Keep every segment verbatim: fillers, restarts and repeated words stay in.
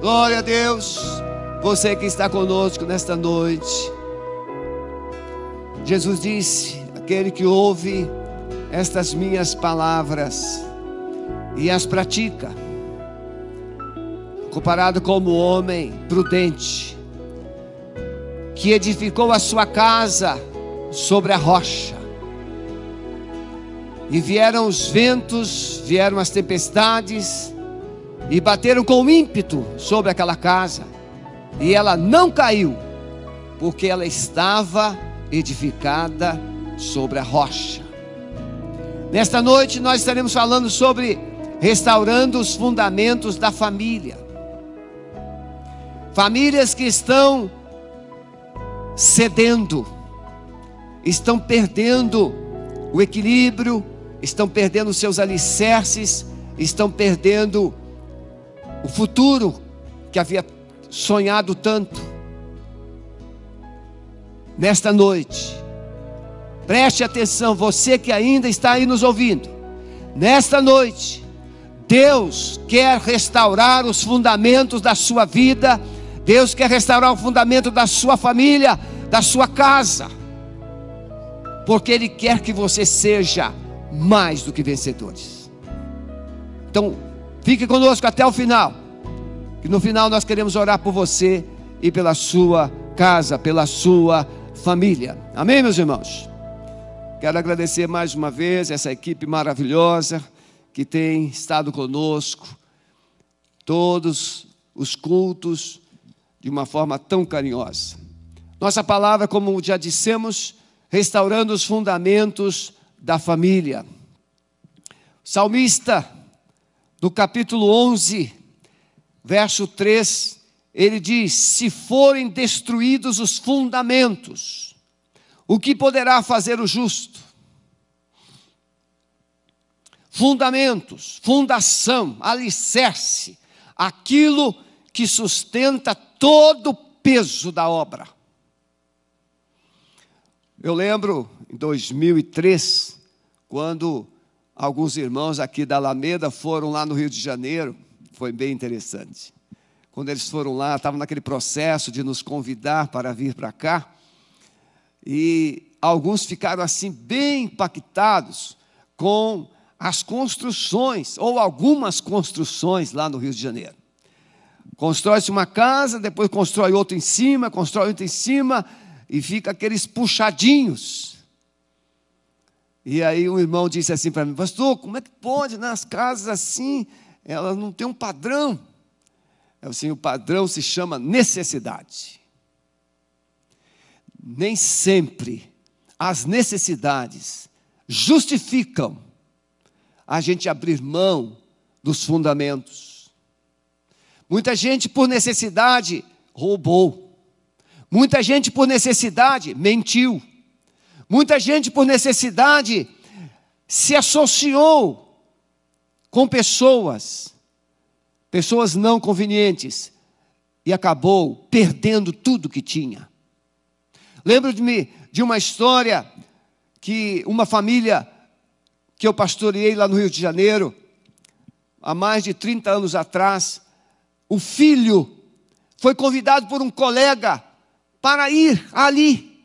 Glória a Deus. Você que está conosco nesta noite. Jesus disse: aquele que ouve estas minhas palavras e as pratica, comparado como o homem prudente que edificou a sua casa sobre a rocha. E vieram os ventos, vieram as tempestades e bateram com ímpeto sobre aquela casa, e ela não caiu, porque ela estava edificada sobre a rocha. Nesta noite nós estaremos falando sobre restaurando os fundamentos da família. Famílias que estão cedendo, estão perdendo o equilíbrio, estão perdendo seus alicerces, estão perdendo o futuro que havia sonhado tanto. Nesta noite, preste atenção, você que ainda está aí nos ouvindo. Nesta noite, Deus quer restaurar os fundamentos da sua vida. Deus quer restaurar o fundamento da sua família, da sua casa, porque Ele quer que você seja mais do que vencedores. Então, fique conosco até o final, que no final nós queremos orar por você e pela sua casa, pela sua família. Amém, meus irmãos? Quero agradecer mais uma vez essa equipe maravilhosa que tem estado conosco, todos os cultos, de uma forma tão carinhosa. Nossa palavra, como já dissemos, restaurando os fundamentos da família. O salmista, no capítulo onze, verso três, ele diz: se forem destruídos os fundamentos, o que poderá fazer o justo? Fundamentos, fundação, alicerce, aquilo que sustenta todo o peso da obra. Eu lembro em dois mil e três, quando alguns irmãos aqui da Alameda foram lá no Rio de Janeiro. Foi bem interessante. Quando eles foram lá, estavam naquele processo de nos convidar para vir para cá, e alguns ficaram assim bem impactados com as construções, ou algumas construções lá no Rio de Janeiro. Constrói-se uma casa, depois constrói outra em cima, constrói outra em cima, e fica aqueles puxadinhos. E aí um irmão disse assim para mim: pastor, como é que pode, né? As casas assim, elas não têm um padrão. Eu assim, o padrão se chama necessidade. Nem sempre as necessidades justificam a gente abrir mão dos fundamentos. Muita gente por necessidade roubou. Muita gente por necessidade mentiu. Muita gente por necessidade se associou com pessoas, pessoas não convenientes, e acabou perdendo tudo que tinha. Lembro-me de uma história que uma família que eu pastoreei lá no Rio de Janeiro, há mais de trinta anos atrás. O filho foi convidado por um colega para ir ali.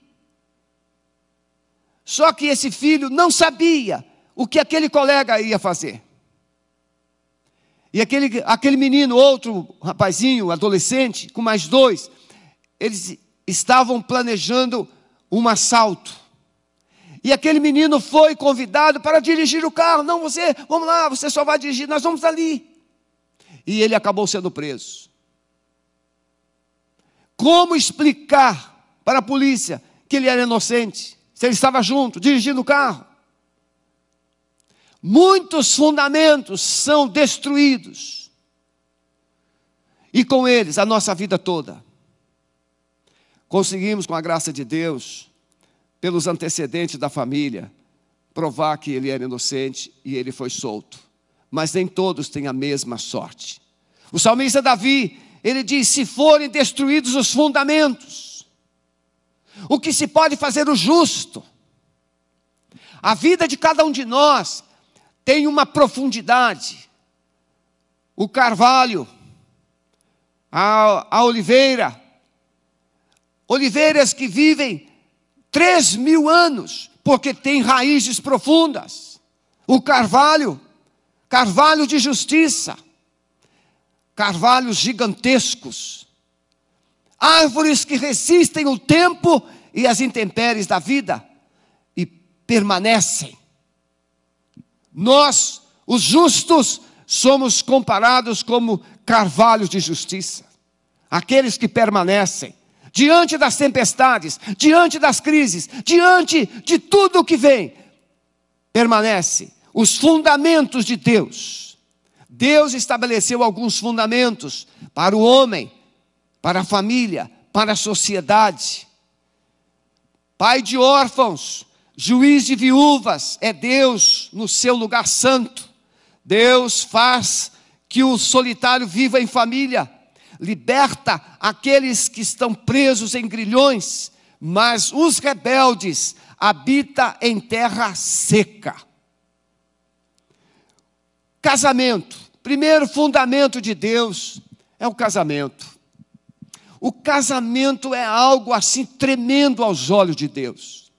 Só que esse filho não sabia o que aquele colega ia fazer. E aquele, aquele menino, outro rapazinho, adolescente, com mais dois, eles estavam planejando um assalto. E aquele menino foi convidado para dirigir o carro. Não, você, vamos lá, você só vai dirigir, nós vamos ali. E ele acabou sendo preso. Como explicar para a polícia que ele era inocente, se ele estava junto, dirigindo o carro? Muitos fundamentos são destruídos. E com eles, a nossa vida toda. Conseguimos, com a graça de Deus, pelos antecedentes da família, provar que ele era inocente e ele foi solto. Mas nem todos têm a mesma sorte. O salmista Davi, ele diz: se forem destruídos os fundamentos, o que se pode fazer o justo? A vida de cada um de nós tem uma profundidade. O carvalho, a, a oliveira, oliveiras que vivem três mil anos, porque têm raízes profundas. O carvalho, carvalho de justiça, carvalhos gigantescos, árvores que resistem o tempo e as intempéries da vida e permanecem. Nós, os justos, somos comparados como carvalhos de justiça, aqueles que permanecem diante das tempestades, diante das crises, diante de tudo o que vem, permanece. Os fundamentos de Deus. Deus estabeleceu alguns fundamentos para o homem, para a família, para a sociedade. Pai de órfãos, juiz de viúvas, é Deus no seu lugar santo. Deus faz que o solitário viva em família, liberta aqueles que estão presos em grilhões, mas os rebeldes habitam em terra seca. Casamento, primeiro fundamento de Deus é o casamento. O casamento é algo assim tremendo aos olhos de Deus.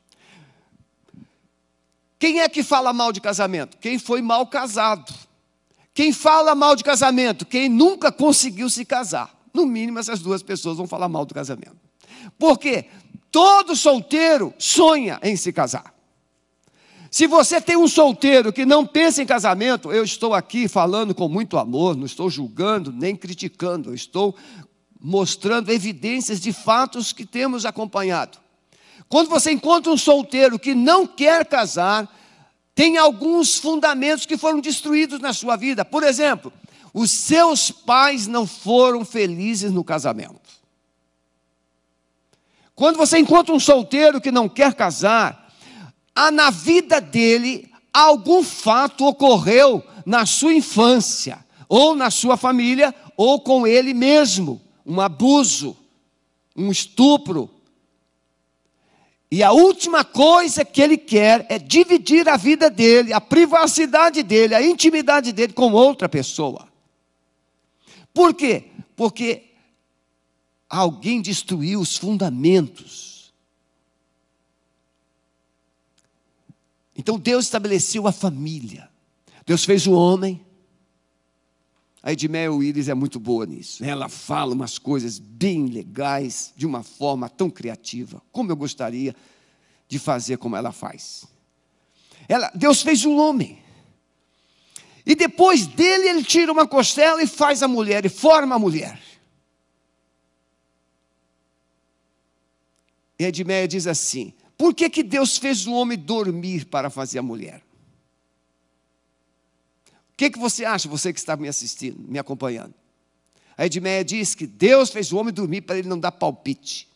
Quem é que fala mal de casamento? Quem foi mal casado. Quem fala mal de casamento? Quem nunca conseguiu se casar. No mínimo, essas duas pessoas vão falar mal do casamento. Por quê? Todo solteiro sonha em se casar. Se você tem um solteiro que não pensa em casamento, eu estou aqui falando com muito amor, não estou julgando nem criticando, eu estou mostrando evidências de fatos que temos acompanhado. Quando você encontra um solteiro que não quer casar, tem alguns fundamentos que foram destruídos na sua vida. Por exemplo, os seus pais não foram felizes no casamento. Quando você encontra um solteiro que não quer casar, há na vida dele algum fato ocorreu na sua infância, ou na sua família, ou com ele mesmo. Um abuso, um estupro. E a última coisa que ele quer é dividir a vida dele, a privacidade dele, a intimidade dele com outra pessoa. Por quê? Porque alguém destruiu os fundamentos. Então Deus estabeleceu a família. Deus fez o homem. A Edmeia Willis é muito boa nisso. Ela fala umas coisas bem legais, de uma forma tão criativa. Como eu gostaria de fazer como ela faz. Ela, Deus fez o homem. E depois dele, ele tira uma costela e faz a mulher, e forma a mulher. E a Edmeia diz assim: por que que Deus fez o homem dormir para fazer a mulher? O que que você acha, você que está me assistindo, me acompanhando? A Edmeia diz que Deus fez o homem dormir para ele não dar palpite.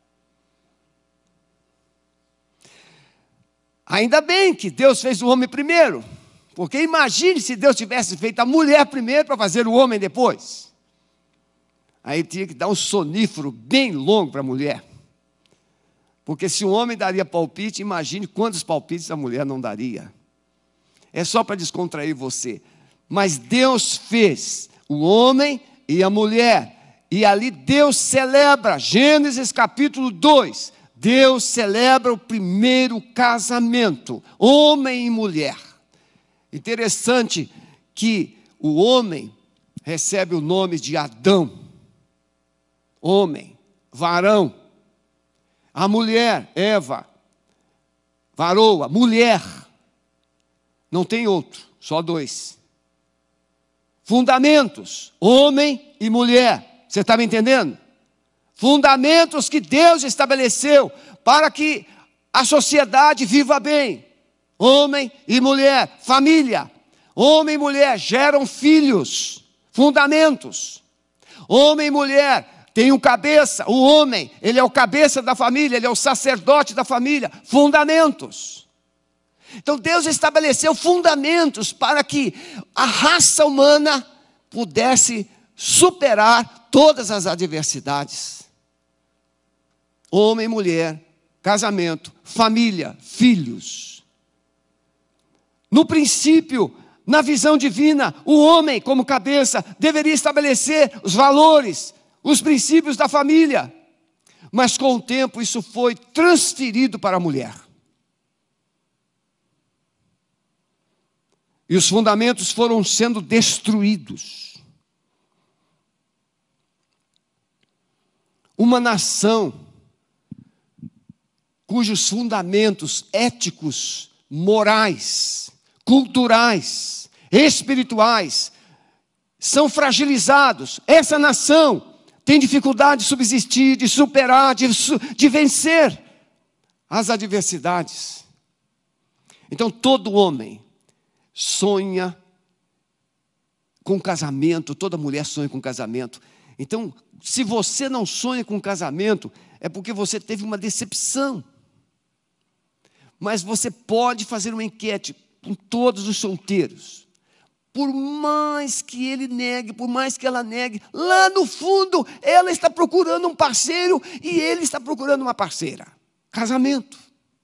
Ainda bem que Deus fez o homem primeiro, porque imagine se Deus tivesse feito a mulher primeiro para fazer o homem depois. Aí tinha que dar um sonífero bem longo para a mulher. Porque se o homem daria palpite, imagine quantos palpites a mulher não daria. É só para descontrair você. Mas Deus fez o homem e a mulher. E ali Deus celebra, Gênesis capítulo dois. Deus celebra o primeiro casamento, homem e mulher. Interessante que o homem recebe o nome de Adão. Homem, varão. A mulher, Eva. Varoa, mulher. Não tem outro, só dois. Fundamentos, homem e mulher. Você está me entendendo? Fundamentos que Deus estabeleceu para que a sociedade viva bem. Homem e mulher, família. Homem e mulher geram filhos. Fundamentos. Homem e mulher tem um cabeça. O homem, ele é o cabeça da família, ele é o sacerdote da família. Fundamentos. Então Deus estabeleceu fundamentos para que a raça humana pudesse superar todas as adversidades. Homem e mulher, casamento, família, filhos. No princípio, na visão divina, o homem como cabeça deveria estabelecer os valores, os princípios da família. Mas com o tempo isso foi transferido para a mulher. E os fundamentos foram sendo destruídos. Uma nação cujos fundamentos éticos, morais, culturais, espirituais são fragilizados. Essa nação tem dificuldade de subsistir, de superar, de, de vencer as adversidades. Então todo homem sonha com casamento, toda mulher sonha com casamento. Então, se você não sonha com casamento, é porque você teve uma decepção. Mas você pode fazer uma enquete com todos os solteiros. Por mais que ele negue, por mais que ela negue, lá no fundo, ela está procurando um parceiro e ele está procurando uma parceira. Casamento.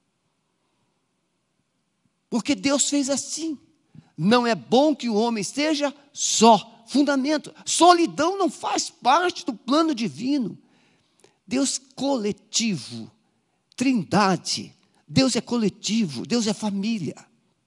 Porque Deus fez assim. Não é bom que o homem esteja só. Fundamento. Solidão não faz parte do plano divino. Deus coletivo. Trindade. Deus é coletivo. Deus é família.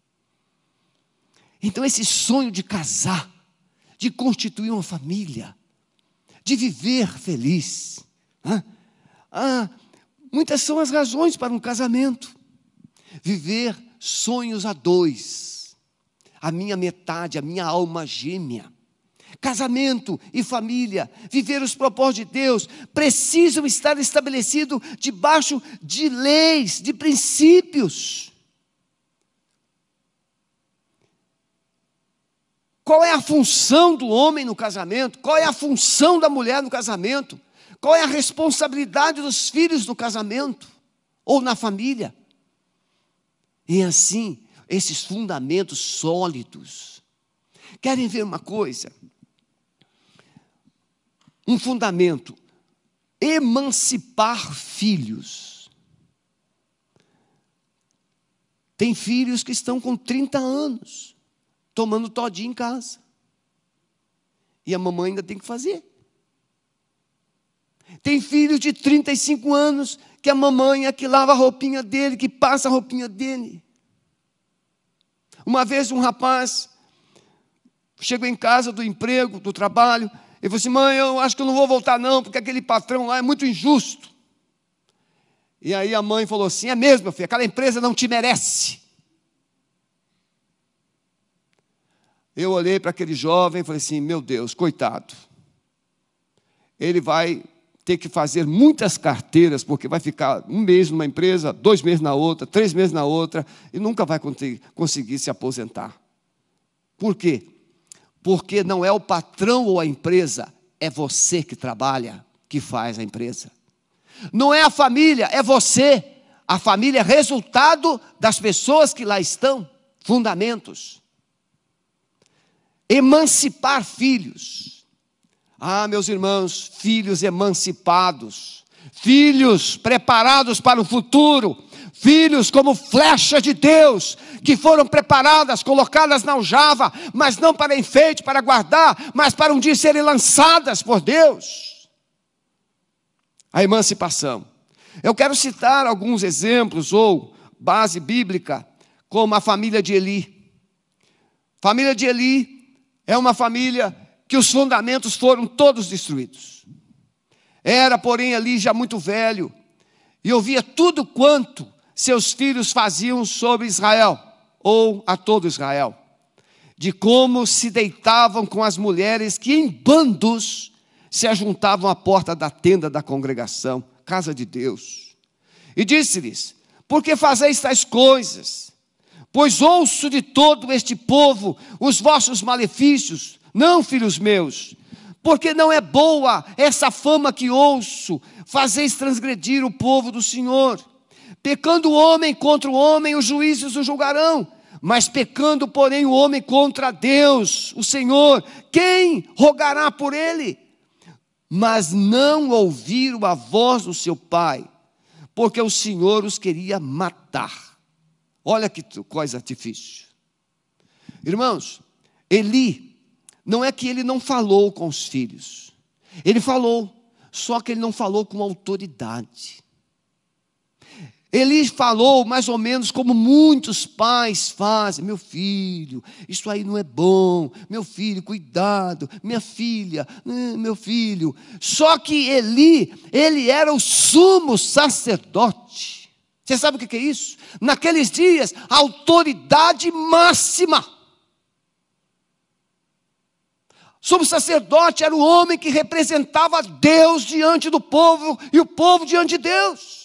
Então esse sonho de casar, de constituir uma família, de viver feliz. Ah, ah, muitas são as razões para um casamento. Viver sonhos a dois. A minha metade, a minha alma gêmea. Casamento e família, viver os propósitos de Deus, precisam estar estabelecidos debaixo de leis, de princípios. Qual é a função do homem no casamento? Qual é a função da mulher no casamento? Qual é a responsabilidade dos filhos no casamento? Ou na família? E assim, esses fundamentos sólidos. Querem ver uma coisa? Um fundamento, emancipar filhos. Tem filhos que estão com trinta anos, tomando todinho em casa. E a mamãe ainda tem que fazer. Tem filhos de trinta e cinco anos, que a mamãe é que lava a roupinha dele, que passa a roupinha dele. Uma vez um rapaz chegou em casa do emprego, do trabalho, e falou assim: mãe, eu acho que eu não vou voltar não, porque aquele patrão lá é muito injusto. E aí a mãe falou assim: é mesmo, meu filho, aquela empresa não te merece. Eu olhei para aquele jovem e falei assim: meu Deus, coitado. Ele vai ter que fazer muitas carteiras, porque vai ficar um mês numa empresa, dois meses na outra, três meses na outra, e nunca vai conseguir se aposentar. Por quê? Porque não é o patrão ou a empresa, é você que trabalha, que faz a empresa. Não é a família, é você. A família é resultado das pessoas que lá estão, fundamentos. Emancipar filhos. Ah, meus irmãos, filhos emancipados, filhos preparados para o futuro, filhos como flecha de Deus, que foram preparadas, colocadas na aljava, mas não para enfeite, para guardar, mas para um dia serem lançadas por Deus. A emancipação. Eu quero citar alguns exemplos, ou base bíblica, como a família de Eli. Família de Eli é uma família que os fundamentos foram todos destruídos. Era, porém, Eli já muito velho, e ouvia tudo quanto seus filhos faziam sobre Israel, ou a todo Israel, de como se deitavam com as mulheres que em bandos se ajuntavam à porta da tenda da congregação, casa de Deus. E disse-lhes: por que fazeis tais coisas? Pois ouço de todo este povo os vossos malefícios. Não, filhos meus, porque não é boa essa fama que ouço, fazeis transgredir o povo do Senhor. Pecando o homem contra o homem, os juízes o julgarão. Mas pecando, porém, o homem contra Deus, o Senhor, quem rogará por ele? Mas não ouviram a voz do seu pai, porque o Senhor os queria matar. Olha que coisa difícil. Irmãos, Eli, não é que ele não falou com os filhos. Ele falou, só que ele não falou com autoridade. Eli falou mais ou menos como muitos pais fazem: meu filho, isso aí não é bom, meu filho, cuidado, minha filha, meu filho. Só que Eli, ele era o sumo sacerdote. Você sabe o que é isso? Naqueles dias, a autoridade máxima. O sumo sacerdote era o homem que representava Deus diante do povo e o povo diante de Deus.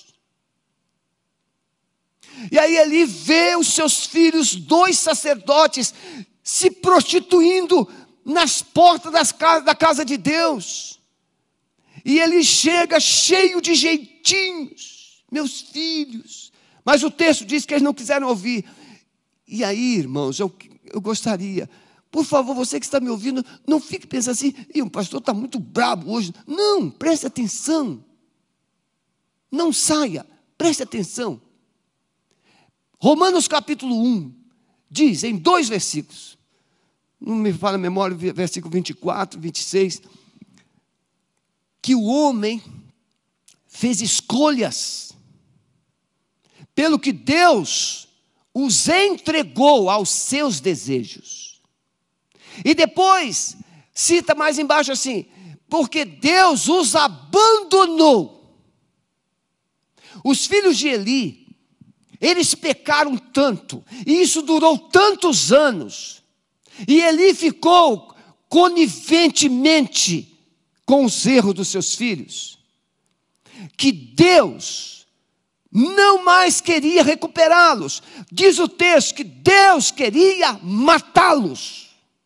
E aí Eli vê os seus filhos, dois sacerdotes, se prostituindo nas portas das casas, da casa de Deus. E ele chega cheio de jeitinhos: meus filhos. Mas o texto diz que eles não quiseram ouvir. E aí, irmãos, eu, eu gostaria, por favor, você que está me ouvindo, não fique pensando assim: o pastor está muito brabo hoje. Não, preste atenção. Não saia, preste atenção. Romanos capítulo um, diz em dois versículos, não me fala a memória, versículo vinte e quatro, vinte e seis, que o homem fez escolhas, pelo que Deus os entregou aos seus desejos. E depois, cita mais embaixo assim: porque Deus os abandonou. Os filhos de Eli, eles pecaram tanto, e isso durou tantos anos, e Eli ficou coniventemente com os erros dos seus filhos, que Deus não mais queria recuperá-los. Diz o texto que Deus queria matá-los.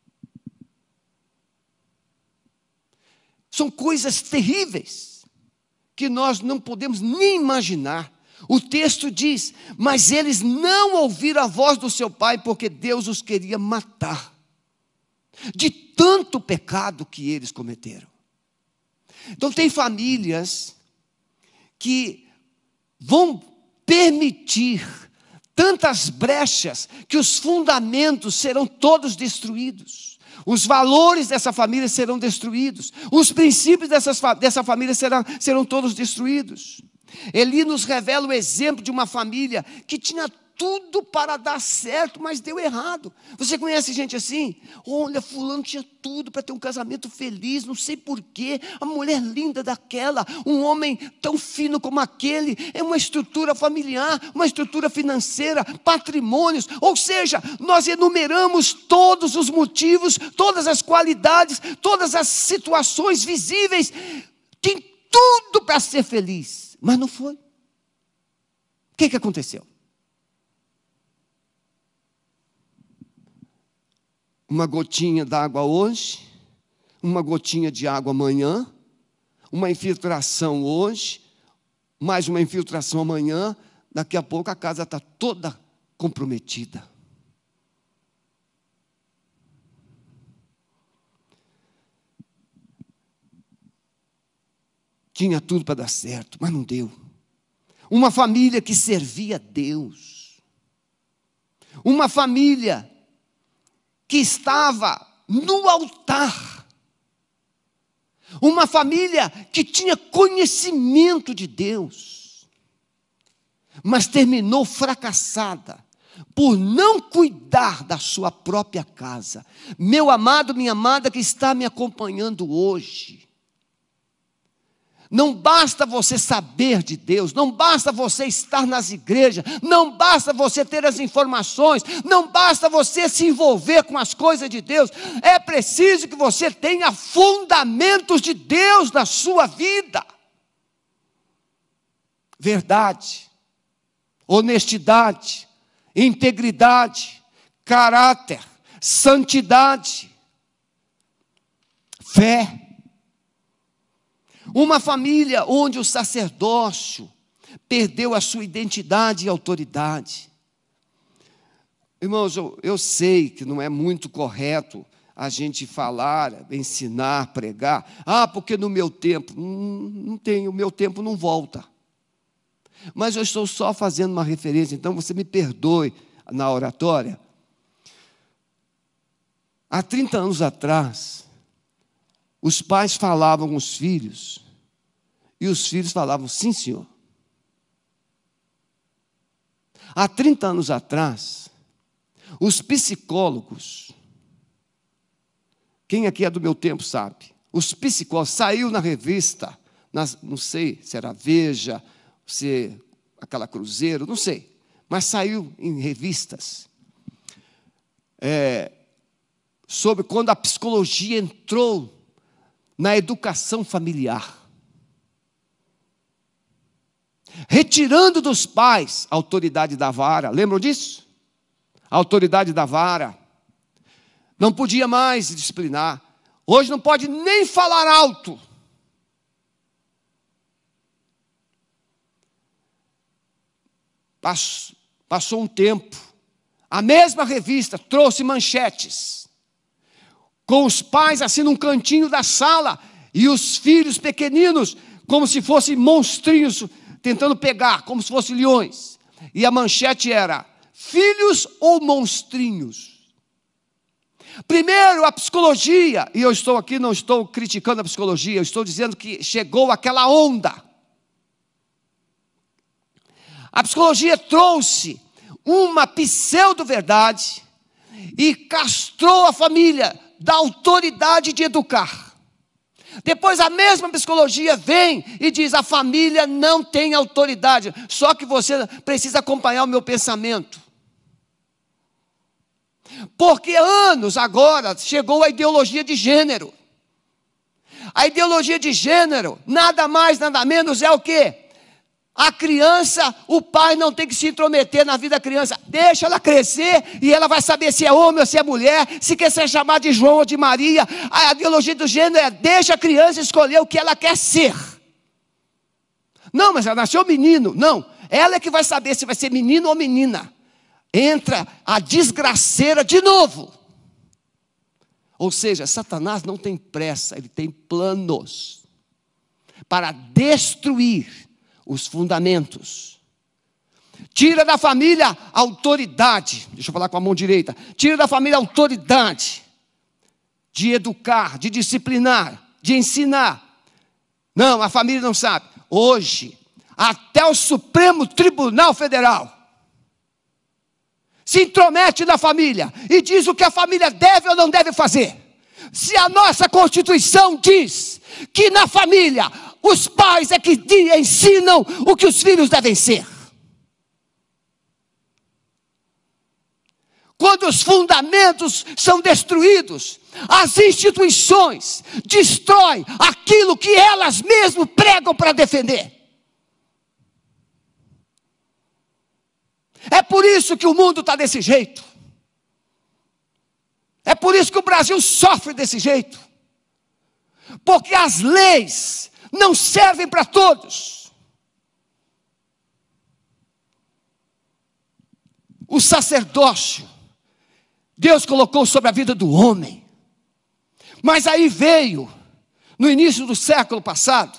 São coisas terríveis, que nós não podemos nem imaginar. O texto diz: mas eles não ouviram a voz do seu pai, porque Deus os queria matar, de tanto pecado que eles cometeram. Então tem famílias que vão permitir tantas brechas, que os fundamentos serão todos destruídos. Os valores dessa família serão destruídos. Os princípios dessas, dessa família serão, serão todos destruídos. Eli nos revela o exemplo de uma família que tinha tudo para dar certo, mas deu errado. Você conhece gente assim? Olha, fulano tinha tudo para ter um casamento feliz, não sei porquê, a mulher linda daquela, um homem tão fino como aquele, é uma estrutura familiar, uma estrutura financeira, patrimônios, ou seja, nós enumeramos todos os motivos, todas as qualidades, todas as situações visíveis, tem tudo para ser feliz, mas não foi. O que, que aconteceu? Uma gotinha d'água hoje, uma gotinha de água amanhã, uma infiltração hoje, mais uma infiltração amanhã, daqui a pouco a casa está toda comprometida. Tinha tudo para dar certo, mas não deu. Uma família que servia a Deus, uma família que estava no altar, uma família que tinha conhecimento de Deus, mas terminou fracassada por não cuidar da sua própria casa. Meu amado, minha amada que está me acompanhando hoje, não basta você saber de Deus, não basta você estar nas igrejas, não basta você ter as informações, não basta você se envolver com as coisas de Deus, é preciso que você tenha fundamentos de Deus na sua vida. Verdade, honestidade, integridade, caráter, santidade, fé. Uma família onde o sacerdócio perdeu a sua identidade e autoridade. Irmãos, eu, eu sei que não é muito correto a gente falar, ensinar, pregar. Ah, porque no meu tempo, hum, não tem, o meu tempo não volta. Mas eu estou só fazendo uma referência, então você me perdoe na oratória. Há trinta anos atrás, os pais falavam com os filhos E os filhos falavam, sim, senhor. Há trinta anos atrás, os psicólogos, quem aqui é do meu tempo sabe, os psicólogos, saiu na revista, nas, não sei se era Veja, se aquela Cruzeiro, não sei, mas saiu em revistas, é, sobre quando a psicologia entrou na educação familiar, retirando dos pais a autoridade da vara. Lembram disso? A autoridade da vara. Não podia mais disciplinar. Hoje não pode nem falar alto. Passou, passou um tempo. A mesma revista trouxe manchetes, com os pais assim num cantinho da sala, e os filhos pequeninos, como se fossem monstrinhos, tentando pegar, como se fossem leões. E a manchete era, filhos ou monstrinhos? Primeiro, a psicologia, e eu estou aqui, não estou criticando a psicologia, eu estou dizendo que chegou aquela onda. A psicologia trouxe uma pseudo-verdade e castrou a família da autoridade de educar. Depois a mesma psicologia vem e diz, a família não tem autoridade, só que você precisa acompanhar o meu pensamento. Porque anos agora chegou a ideologia de gênero. A ideologia de gênero, nada mais, nada menos é o quê? A criança, o pai não tem que se intrometer na vida da criança. Deixa ela crescer e ela vai saber se é homem ou se é mulher, se quer ser chamada de João ou de Maria. A ideologia do gênero é, deixa a criança escolher o que ela quer ser. Não, mas ela nasceu menino. Não, ela é que vai saber se vai ser menino ou menina. Entra a desgraceira de novo. Ou seja, Satanás não tem pressa, ele tem planos para destruir os fundamentos. Tira da família a autoridade, deixa eu falar com a mão direita, tira da família a autoridade de educar, de disciplinar, de ensinar. Não, a família não sabe. Hoje, até o Supremo Tribunal Federal se intromete na família e diz o que a família deve ou não deve fazer. Se a nossa Constituição diz que na família os pais é que ensinam o que os filhos devem ser. Quando os fundamentos são destruídos, as instituições destroem aquilo que elas mesmas pregam para defender. É por isso que o mundo está desse jeito. É por isso que o Brasil sofre desse jeito. Porque as leis não servem para todos. O sacerdócio, Deus colocou sobre a vida do homem. Mas aí veio, no início do século passado,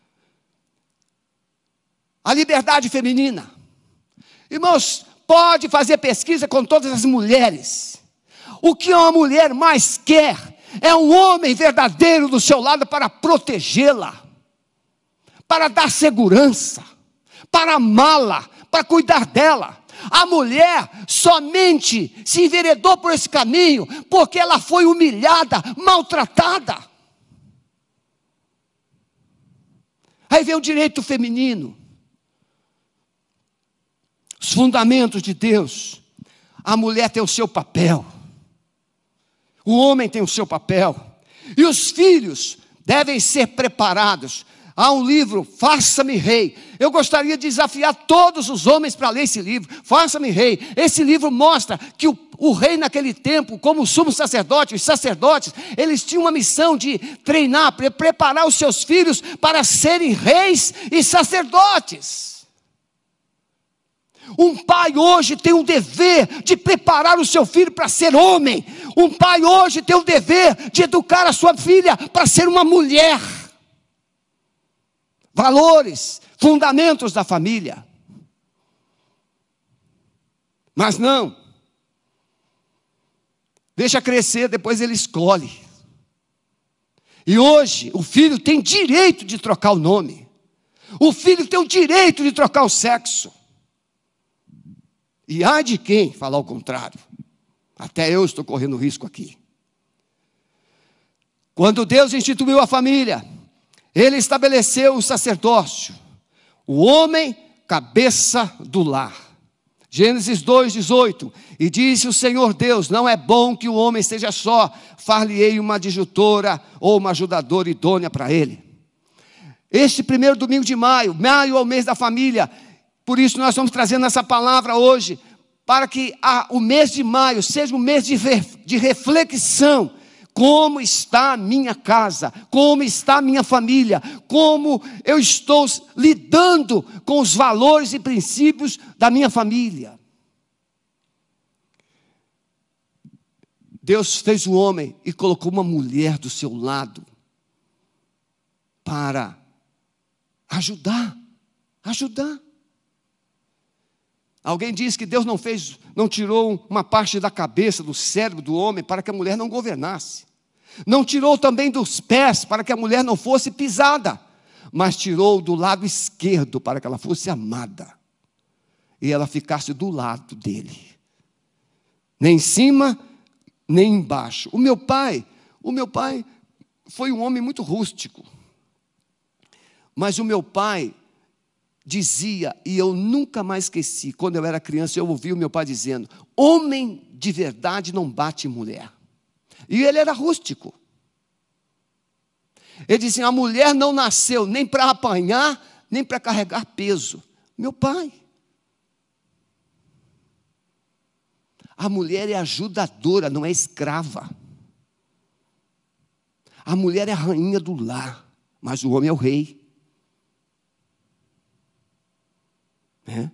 a liberdade feminina. Irmãos, pode fazer pesquisa com todas as mulheres. O que uma mulher mais quer é um homem verdadeiro do seu lado para protegê-la, para dar segurança, para amá-la, para cuidar dela. A mulher somente se enveredou por esse caminho porque ela foi humilhada, maltratada. Aí vem o direito feminino. Os fundamentos de Deus. A mulher tem o seu papel. O homem tem o seu papel. E os filhos devem ser preparados. Há um livro, Faça-me Rei. Eu gostaria de desafiar todos os homens para ler esse livro. Faça-me Rei. Esse livro mostra que o, o rei naquele tempo, como o sumo sacerdote, os sacerdotes, eles tinham uma missão de treinar, pre- preparar os seus filhos para serem reis e sacerdotes. Um pai hoje tem o dever de preparar o seu filho para ser homem. Um pai hoje tem o dever de educar a sua filha para ser uma mulher. Valores, fundamentos da família. Mas não. Deixa crescer, depois ele escolhe. E hoje o filho tem direito de trocar o nome. O filho tem o direito de trocar o sexo. E há de quem falar o contrário. Até eu estou correndo risco aqui. Quando Deus instituiu a família, Ele estabeleceu o sacerdócio. O homem, cabeça do lar. Gênesis dois, dezoito. E disse o Senhor Deus: não é bom que o homem esteja só, far-lhe-ei uma adjutora ou uma ajudadora idônea para ele. Este primeiro domingo de maio, maio é o mês da família. Por isso nós estamos trazendo essa palavra hoje, para que a, o mês de maio seja um mês de, de reflexão. Como está a minha casa? Como está a minha família? Como eu estou lidando com os valores e princípios da minha família? Deus fez o homem e colocou uma mulher do seu lado para ajudar, ajudar. Alguém diz que Deus não fez, não tirou uma parte da cabeça, do cérebro do homem para que a mulher não governasse. Não tirou também dos pés para que a mulher não fosse pisada, mas tirou do lado esquerdo para que ela fosse amada. E ela ficasse do lado dele. Nem em cima, nem embaixo. O meu pai, o meu pai foi um homem muito rústico. Mas o meu pai dizia, e eu nunca mais esqueci, quando eu era criança, eu ouvi o meu pai dizendo: homem de verdade não bate mulher. E ele era rústico. Ele dizia: a mulher não nasceu nem para apanhar, nem para carregar peso. Meu pai. A mulher é ajudadora, não é escrava. A mulher é a rainha do lar, mas o homem é o rei. É?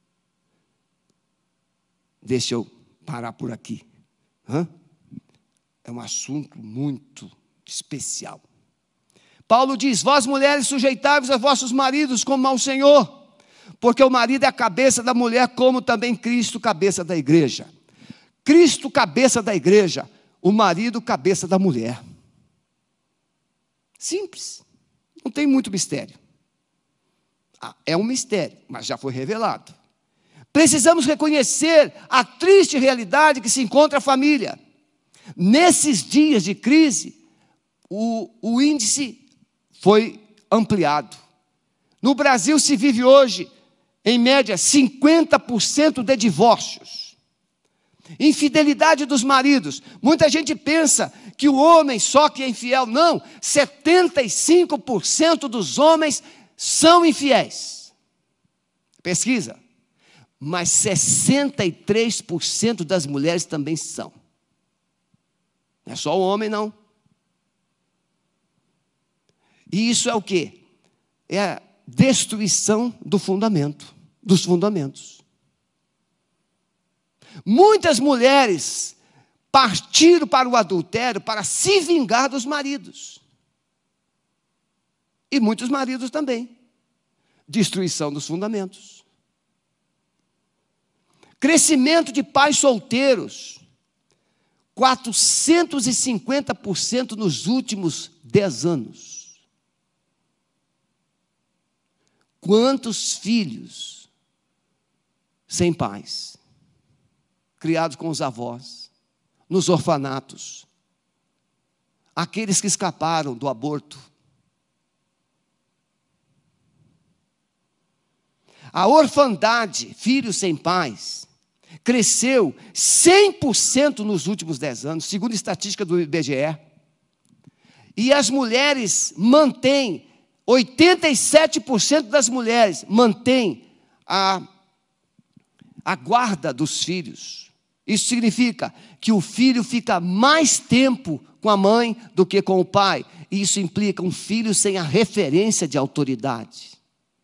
Deixa eu parar por aqui. Hã? É um assunto muito especial. Paulo diz: vós mulheres sujeitai-vos a vossos maridos como ao Senhor, porque o marido é a cabeça da mulher, como também Cristo, cabeça da igreja. Cristo, cabeça da igreja, o marido, cabeça da mulher. Simples, não tem muito mistério. Ah, é um mistério, mas já foi revelado. Precisamos reconhecer a triste realidade que se encontra a família. Nesses dias de crise, o, o índice foi ampliado. No Brasil se vive hoje, em média, cinquenta por cento de divórcios. Infidelidade dos maridos. Muita gente pensa que o homem só que é infiel. Não, setenta e cinco por cento dos homens são infiéis. Pesquisa. Mas sessenta e três por cento das mulheres também são. Não é só o homem, não. E isso é o quê? É a destruição do fundamento, dos fundamentos. Muitas mulheres partiram para o adultério para se vingar dos maridos. E muitos maridos também. Destruição dos fundamentos. Crescimento de pais solteiros. quatrocentos e cinquenta por cento nos últimos dez anos. Quantos filhos sem pais, criados com os avós, nos orfanatos, aqueles que escaparam do aborto. A orfandade, filhos sem pais, cresceu cem por cento nos últimos dez anos, segundo a estatística do I B G E. E as mulheres mantêm, oitenta e sete por cento das mulheres mantêm a, a guarda dos filhos. Isso significa que o filho fica mais tempo com a mãe do que com o pai. E isso implica um filho sem a referência de autoridade.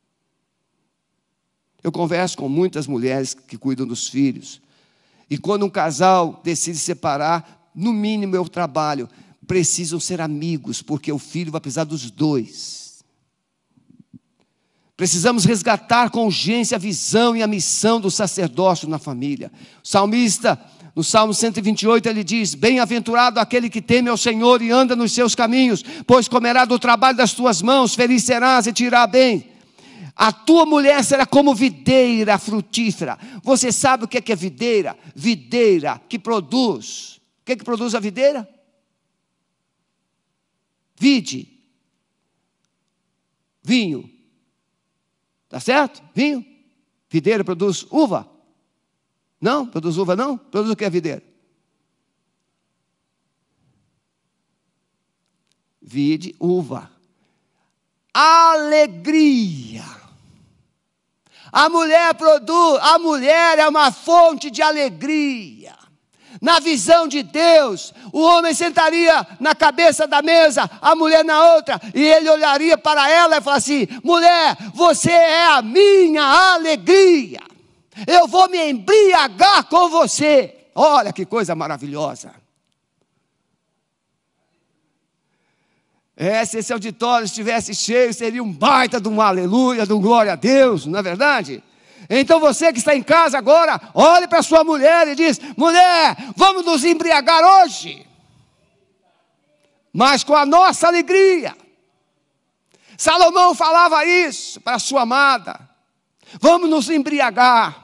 Eu converso com muitas mulheres que cuidam dos filhos. E quando um casal decide separar, no mínimo eu trabalho, precisam ser amigos, porque o filho vai precisar dos dois. Precisamos resgatar com urgência a visão e a missão do sacerdócio na família. O salmista, no Salmo cento e vinte e oito, ele diz: bem-aventurado aquele que teme ao Senhor e anda nos seus caminhos, pois comerá do trabalho das tuas mãos, feliz serás e te irá bem. A tua mulher será como videira frutífera. Você sabe o que é videira? Videira que produz. O que é que produz a videira? Vide. Vinho. Tá certo? Vinho. Videira produz uva. Não? Produz uva não? Produz o que é videira? Vide, uva. Alegria. A mulher produz, a mulher é uma fonte de alegria. Na visão de Deus, o homem sentaria na cabeça da mesa, a mulher na outra, e ele olharia para ela e falaria assim: mulher, você é a minha alegria. Eu vou me embriagar com você. Olha que coisa maravilhosa. É, se esse auditório estivesse cheio, seria um baita de um aleluia, de um glória a Deus, não é verdade? Então você que está em casa agora, olhe para sua mulher e diz: mulher, vamos nos embriagar hoje, mas com a nossa alegria. Salomão falava isso para sua amada: vamos nos embriagar.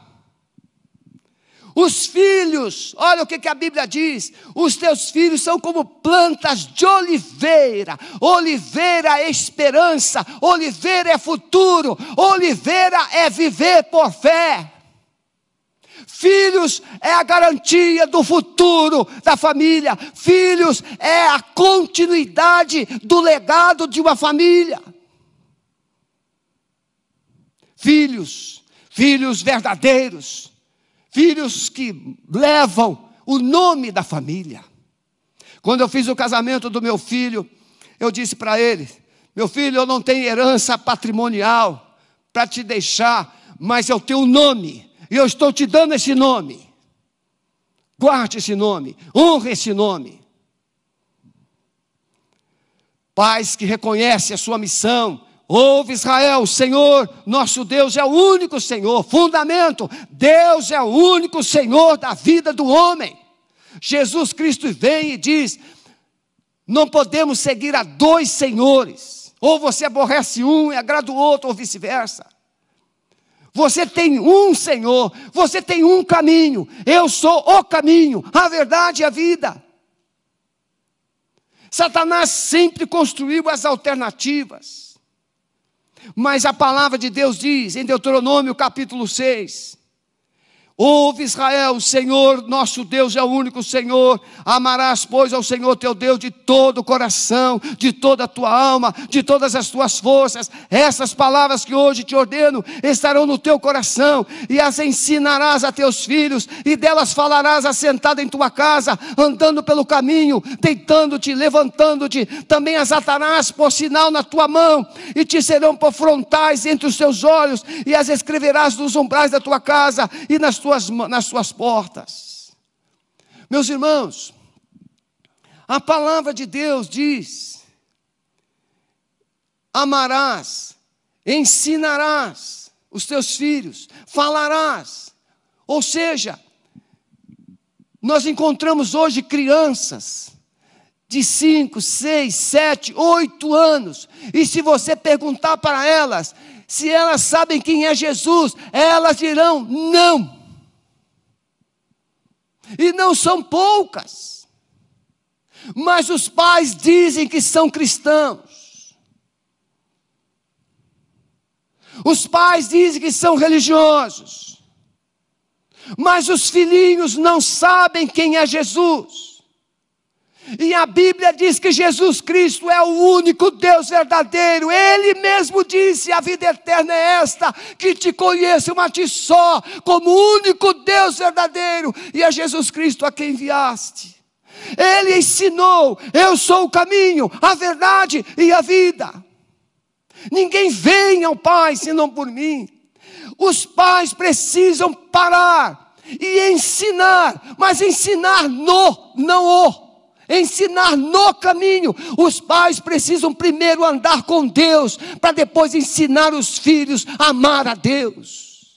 Os filhos, olha o que, que a Bíblia diz: os teus filhos são como plantas de oliveira. Oliveira é esperança, oliveira é futuro, oliveira é viver por fé. Filhos é a garantia do futuro da família. Filhos é a continuidade do legado de uma família. Filhos, filhos verdadeiros. Filhos que levam o nome da família. Quando eu fiz o casamento do meu filho, eu disse para ele: meu filho, eu não tenho herança patrimonial para te deixar, mas eu tenho um nome, e eu estou te dando esse nome. Guarde esse nome, honre esse nome. Pais que reconhecem a sua missão. Ouve, Israel, o Senhor, nosso Deus, é o único Senhor. Fundamento: Deus é o único Senhor da vida do homem. Jesus Cristo vem e diz: não podemos seguir a dois senhores. Ou você aborrece um e agrada o outro, ou vice-versa. Você tem um Senhor, você tem um caminho. Eu sou o caminho, a verdade e a vida. Satanás sempre construiu as alternativas. Mas a palavra de Deus diz, em Deuteronômio capítulo seis: ouve, Israel, o Senhor nosso Deus é o único Senhor. Amarás, pois, ao Senhor teu Deus de todo o coração, de toda a tua alma, de todas as tuas forças. Essas palavras que hoje te ordeno estarão no teu coração, e as ensinarás a teus filhos, e delas falarás assentado em tua casa, andando pelo caminho, deitando-te, levantando-te. Também as atarás por sinal na tua mão, e te serão por frontais entre os teus olhos, e as escreverás nos umbrais da tua casa e nas tuas, nas suas portas. Meus irmãos, a palavra de Deus diz: amarás, ensinarás os teus filhos, falarás. Ou seja, nós encontramos hoje crianças de cinco, seis, sete, oito anos, e se você perguntar para elas se elas sabem quem é Jesus, elas dirão não. E não são poucas. Mas os pais dizem que são cristãos. Os pais dizem que são religiosos. Mas os filhinhos não sabem quem é Jesus. E a Bíblia diz que Jesus Cristo é o único Deus verdadeiro. Ele mesmo disse: a vida eterna é esta, que te conheçam a ti só, como único Deus verdadeiro, e a Jesus Cristo a quem enviaste. Ele ensinou: eu sou o caminho, a verdade e a vida. Ninguém vem ao Pai senão por mim. Os pais precisam parar e ensinar, mas ensinar no, não o. Ensinar no caminho. Os pais precisam primeiro andar com Deus, para depois ensinar os filhos a amar a Deus.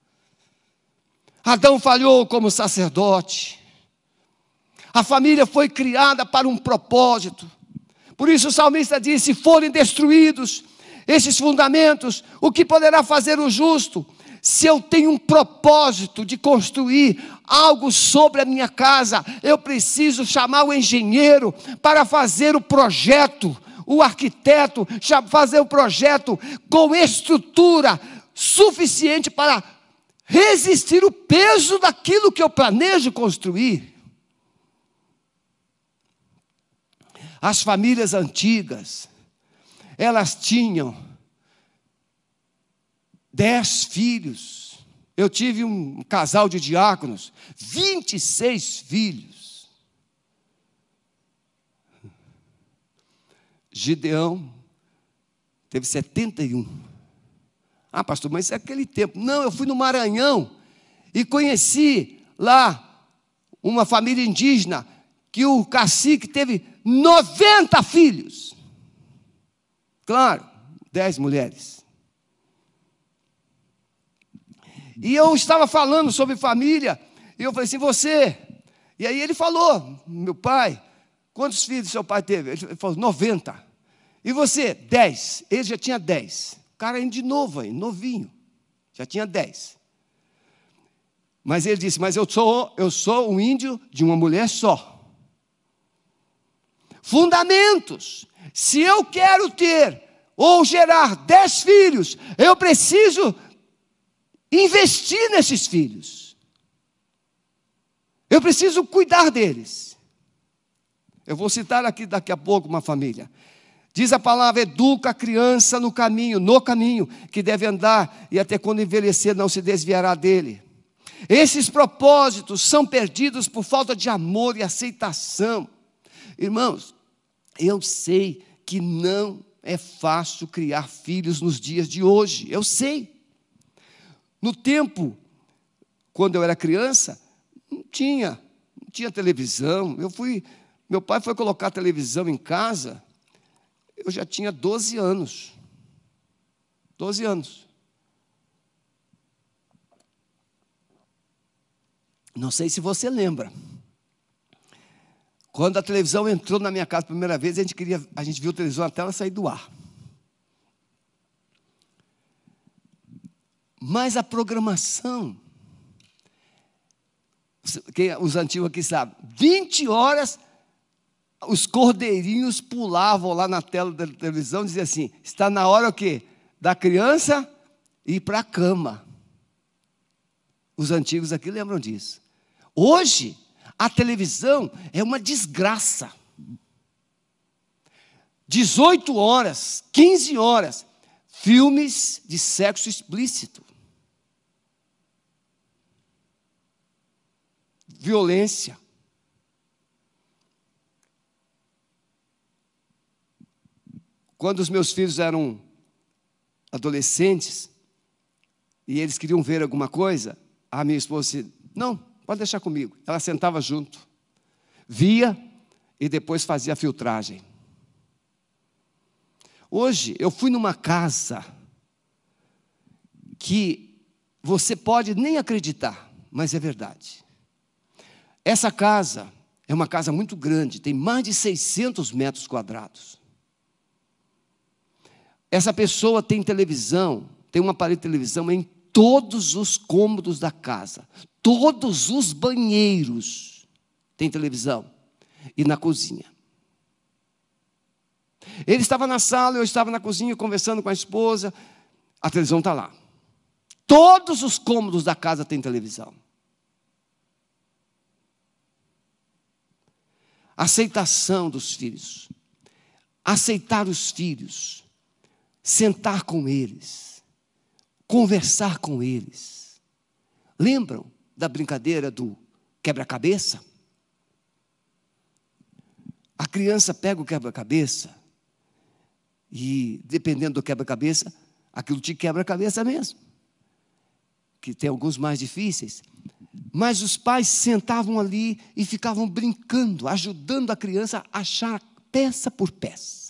Adão falhou como sacerdote. A família foi criada para um propósito. Por isso o salmista diz: se forem destruídos, esses fundamentos, o que poderá fazer o justo? Se eu tenho um propósito de construir algo sobre a minha casa, eu preciso chamar o engenheiro para fazer o projeto, o arquiteto, fazer o projeto com estrutura suficiente para resistir o peso daquilo que eu planejo construir. As famílias antigas, elas tinham dez filhos. Eu tive um casal de diáconos, vinte e seis filhos. Gideão teve setenta e um. Ah, pastor, mas isso é aquele tempo. Não, eu fui no Maranhão e conheci lá uma família indígena que o cacique teve noventa filhos. Claro, dez mulheres. E eu estava falando sobre família, e eu falei assim, você... E aí ele falou, meu pai, quantos filhos seu pai teve? Ele falou, noventa. E você? Dez. Ele já tinha dez. O cara ainda de novo, aí, novinho. Já tinha dez. Mas ele disse, mas eu sou, eu sou um índio de uma mulher só. Fundamentos. Se eu quero ter ou gerar dez filhos, eu preciso investir nesses filhos. Eu preciso cuidar deles. Eu vou citar aqui daqui a pouco uma família. Diz a palavra, educa a criança no caminho, no caminho que deve andar, e até quando envelhecer não se desviará dele. Esses propósitos são perdidos por falta de amor e aceitação. Irmãos, eu sei que não é fácil criar filhos nos dias de hoje, eu sei. No tempo, quando eu era criança, não tinha, não tinha televisão. Eu fui, meu pai foi colocar a televisão em casa, eu já tinha doze anos. doze anos. Não sei se você lembra. Quando a televisão entrou na minha casa a primeira vez, a gente, queria, a gente viu a televisão até ela sair do ar. Mas a programação, quem, os antigos aqui sabem, vinte horas, os cordeirinhos pulavam lá na tela da televisão e diziam assim, está na hora o quê? Da criança ir para a cama. Os antigos aqui lembram disso. Hoje, a televisão é uma desgraça. dezoito horas, quinze horas, filmes de sexo explícito. Violência. Quando os meus filhos eram adolescentes e eles queriam ver alguma coisa, a minha esposa disse, não, pode deixar comigo. Ela sentava junto, via e depois fazia a filtragem. Hoje, eu fui numa casa que você pode nem acreditar, mas é verdade. Essa casa é uma casa muito grande, tem mais de seiscentos metros quadrados. Essa pessoa tem televisão, tem um aparelho de televisão em todos os cômodos da casa. Todos os banheiros têm televisão. E na cozinha. Ele estava na sala, eu estava na cozinha conversando com a esposa. A televisão está lá. Todos os cômodos da casa têm televisão. Aceitação dos filhos. Aceitar os filhos. Sentar com eles. Conversar com eles. Lembram da brincadeira do quebra-cabeça? A criança pega o quebra-cabeça e, dependendo do quebra-cabeça, aquilo te quebra a cabeça mesmo. Que tem alguns mais difíceis. Mas os pais sentavam ali e ficavam brincando, ajudando a criança a achar peça por peça.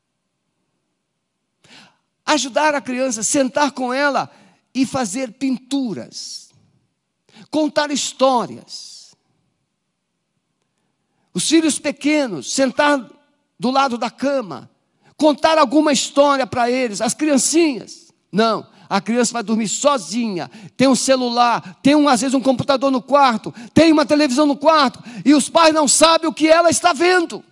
Ajudar a criança, sentar com ela e fazer pinturas. Contar histórias. Os filhos pequenos, sentar do lado da cama, contar alguma história para eles, as criancinhas. Não, a criança vai dormir sozinha, tem um celular, tem um, às vezes um computador no quarto, tem uma televisão no quarto, e os pais não sabem o que ela está vendo.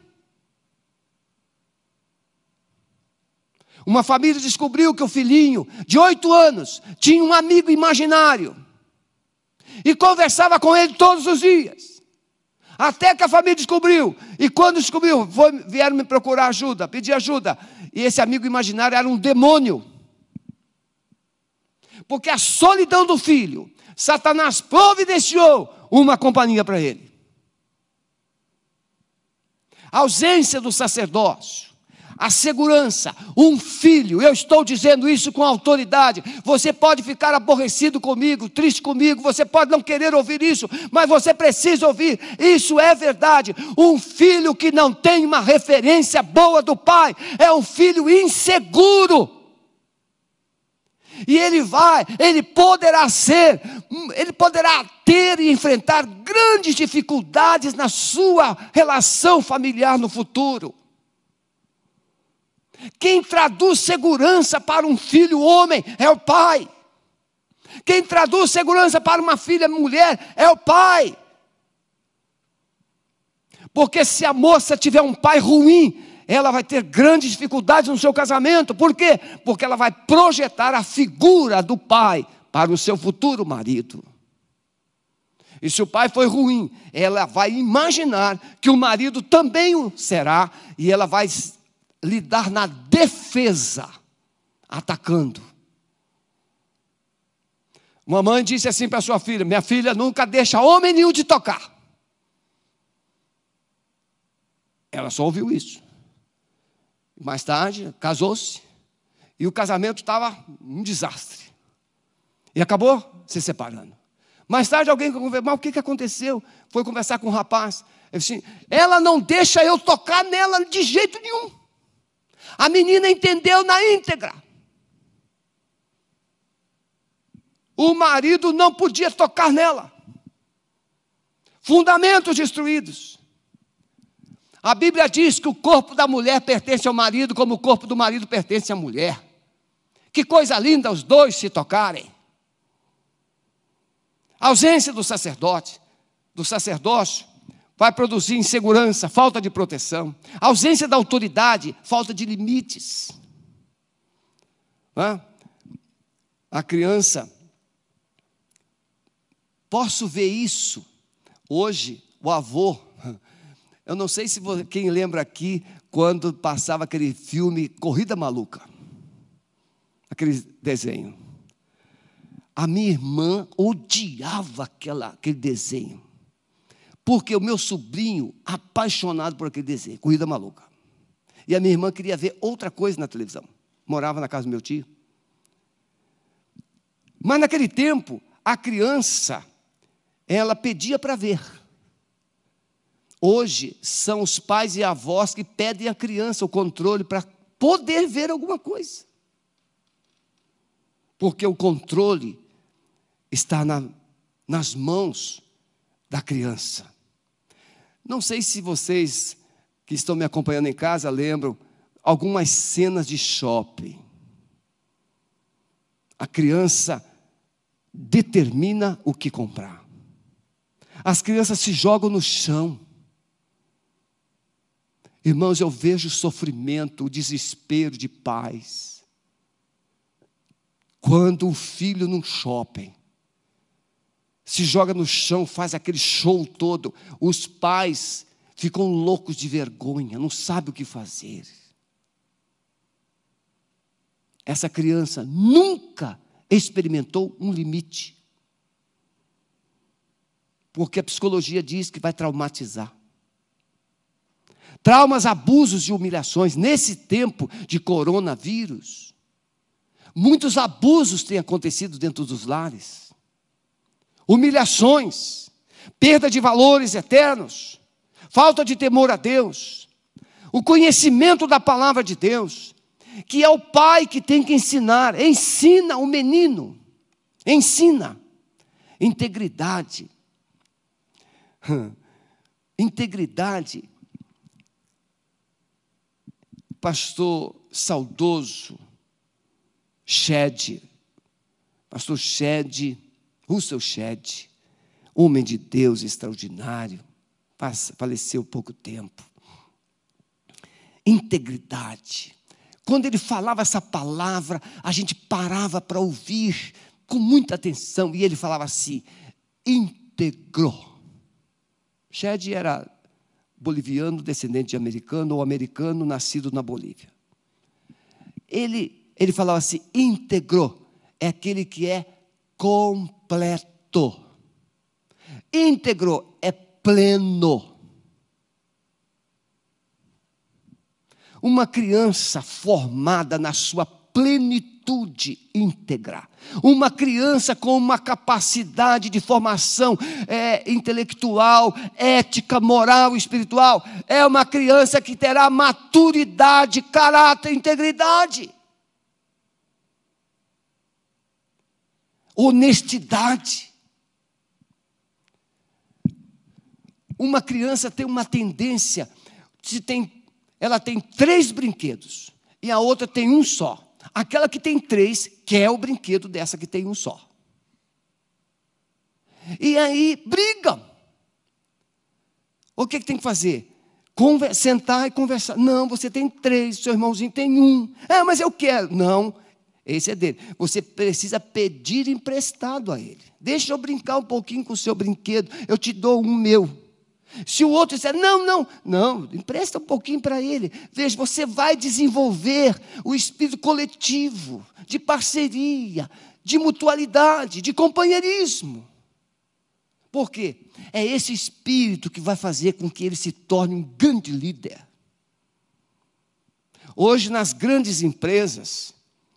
Uma família descobriu que o filhinho, de oito anos, tinha um amigo imaginário, e conversava com ele todos os dias. Até que a família descobriu, e quando descobriu, foi, vieram me procurar ajuda, pedir ajuda, e esse amigo imaginário era um demônio. Porque a solidão do filho, Satanás providenciou uma companhia para ele. A ausência do sacerdócio, a segurança, um filho, eu estou dizendo isso com autoridade. Você pode ficar aborrecido comigo, triste comigo, você pode não querer ouvir isso, mas você precisa ouvir, isso é verdade. Um filho que não tem uma referência boa do pai, é um filho inseguro. E ele vai, ele poderá ser, ele poderá ter e enfrentar grandes dificuldades na sua relação familiar no futuro. Quem traduz segurança para um filho homem é o pai. Quem traduz segurança para uma filha mulher é o pai. Porque se a moça tiver um pai ruim, ela vai ter grandes dificuldades no seu casamento. Por quê? Porque ela vai projetar a figura do pai para o seu futuro marido. E se o pai foi ruim, ela vai imaginar que o marido também o será, e ela vai lidar na defesa, atacando. Uma mãe disse assim para sua filha: minha filha, nunca deixa homem nenhum te tocar. Ela só ouviu isso. Mais tarde, casou-se, e o casamento estava um desastre. E acabou se separando. Mais tarde, alguém conversou: mas o que aconteceu? Foi conversar com um rapaz. Ele disse: ela não deixa eu tocar nela de jeito nenhum. A menina entendeu na íntegra. O marido não podia tocar nela. Fundamentos destruídos. A Bíblia diz que o corpo da mulher pertence ao marido, como o corpo do marido pertence à mulher. Que coisa linda os dois se tocarem. A ausência do sacerdote, do sacerdócio, vai produzir insegurança, falta de proteção. A ausência da autoridade, falta de limites. Hã? A criança, posso ver isso hoje, o avô. Eu não sei se você, quem lembra aqui, quando passava aquele filme Corrida Maluca. Aquele desenho. A minha irmã odiava aquela, aquele desenho. Porque o meu sobrinho, apaixonado por aquele desenho, Corrida Maluca. E a minha irmã queria ver outra coisa na televisão. Morava na casa do meu tio. Mas naquele tempo, a criança, ela pedia para ver. Hoje, são os pais e avós que pedem à criança o controle para poder ver alguma coisa. Porque o controle está na, nas mãos da criança. Não sei se vocês que estão me acompanhando em casa lembram algumas cenas de shopping. A criança determina o que comprar. As crianças se jogam no chão. Irmãos, eu vejo o sofrimento, o desespero de pais. Quando o filho num shopping se joga no chão, faz aquele show todo, os pais ficam loucos de vergonha, não sabem o que fazer. Essa criança nunca experimentou um limite. Porque a psicologia diz que vai traumatizar. Traumas, abusos e humilhações. Nesse tempo de coronavírus, muitos abusos têm acontecido dentro dos lares. Humilhações, perda de valores eternos, falta de temor a Deus, o conhecimento da palavra de Deus, que é o pai que tem que ensinar. Ensina o menino, ensina. Integridade. Integridade. Pastor saudoso Shedd, pastor Shedd, Russell Shedd, homem de Deus extraordinário, faleceu há pouco tempo. Integridade. Quando ele falava essa palavra, a gente parava para ouvir com muita atenção, e ele falava assim, íntegro. Shedd era boliviano, descendente de americano, ou americano, nascido na Bolívia. Ele, ele falava assim, íntegro é aquele que é completo. Íntegro é pleno. Uma criança formada na sua plenitude íntegra. Uma criança com uma capacidade de formação é, intelectual, ética, moral, espiritual. É uma criança que terá maturidade, caráter, integridade. Honestidade. Uma criança tem uma tendência, se tem ela tem três brinquedos e a outra tem um só. Aquela que tem três quer o brinquedo dessa que tem um só. E aí brigam. O que, que tem que fazer? Conver- sentar e conversar. Não, você tem três, seu irmãozinho tem um. Ah, mas eu quero. Não, esse é dele. Você precisa pedir emprestado a ele. Deixa eu brincar um pouquinho com o seu brinquedo. Eu te dou um meu. Se o outro disser, não, não, não, empresta um pouquinho para ele. Veja, você vai desenvolver o espírito coletivo, de parceria, de mutualidade, de companheirismo. Por quê? É esse espírito que vai fazer com que ele se torne um grande líder. Hoje, nas grandes empresas,